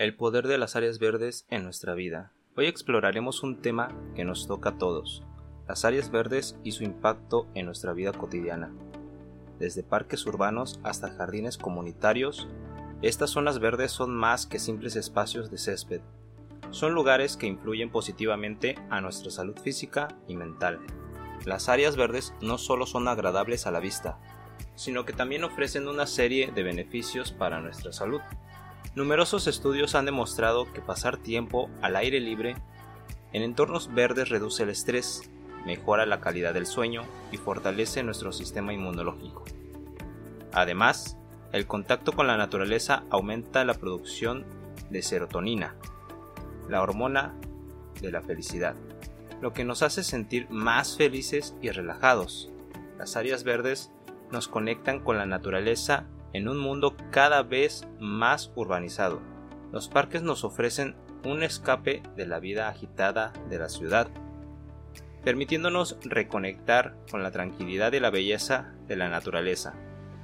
El poder de las áreas verdes en nuestra vida. Hoy exploraremos un tema que nos toca a todos, las áreas verdes y su impacto en nuestra vida cotidiana. Desde parques urbanos hasta jardines comunitarios, estas zonas verdes son más que simples espacios de césped. Son lugares que influyen positivamente a nuestra salud física y mental. Las áreas verdes no solo son agradables a la vista, sino que también ofrecen una serie de beneficios para nuestra salud. Numerosos estudios han demostrado que pasar tiempo al aire libre en entornos verdes reduce el estrés, mejora la calidad del sueño y fortalece nuestro sistema inmunológico. Además, el contacto con la naturaleza aumenta la producción de serotonina, la hormona de la felicidad, lo que nos hace sentir más felices y relajados. Las áreas verdes nos conectan con la naturaleza en un mundo cada vez más urbanizado. Los parques nos ofrecen un escape de la vida agitada de la ciudad, permitiéndonos reconectar con la tranquilidad y la belleza de la naturaleza,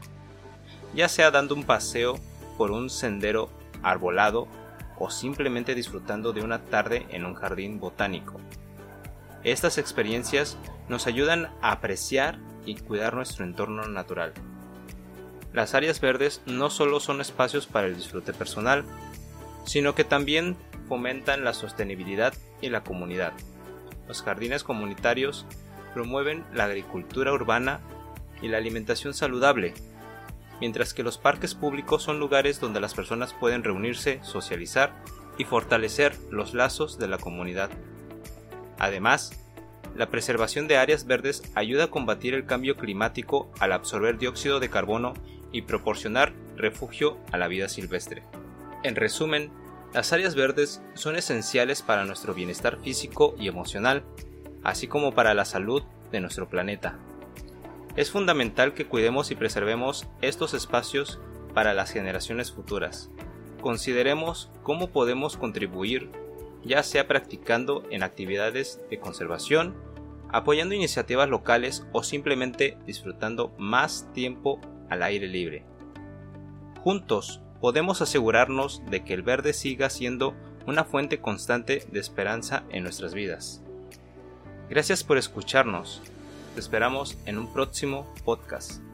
ya sea dando un paseo por un sendero arbolado o simplemente disfrutando de una tarde en un jardín botánico. Estas experiencias nos ayudan a apreciar y cuidar nuestro entorno natural. Las áreas verdes no solo son espacios para el disfrute personal, sino que también fomentan la sostenibilidad y la comunidad. Los jardines comunitarios promueven la agricultura urbana y la alimentación saludable, mientras que los parques públicos son lugares donde las personas pueden reunirse, socializar y fortalecer los lazos de la comunidad. Además, la preservación de áreas verdes ayuda a combatir el cambio climático al absorber dióxido de carbono y proporcionar refugio a la vida silvestre. En resumen, las áreas verdes son esenciales para nuestro bienestar físico y emocional, así como para la salud de nuestro planeta. Es fundamental que cuidemos y preservemos estos espacios para las generaciones futuras. Consideremos cómo podemos contribuir, ya sea practicando en actividades de conservación, apoyando iniciativas locales o simplemente disfrutando más tiempo al aire libre. Juntos podemos asegurarnos de que el verde siga siendo una fuente constante de esperanza en nuestras vidas. Gracias por escucharnos. Te esperamos en un próximo podcast.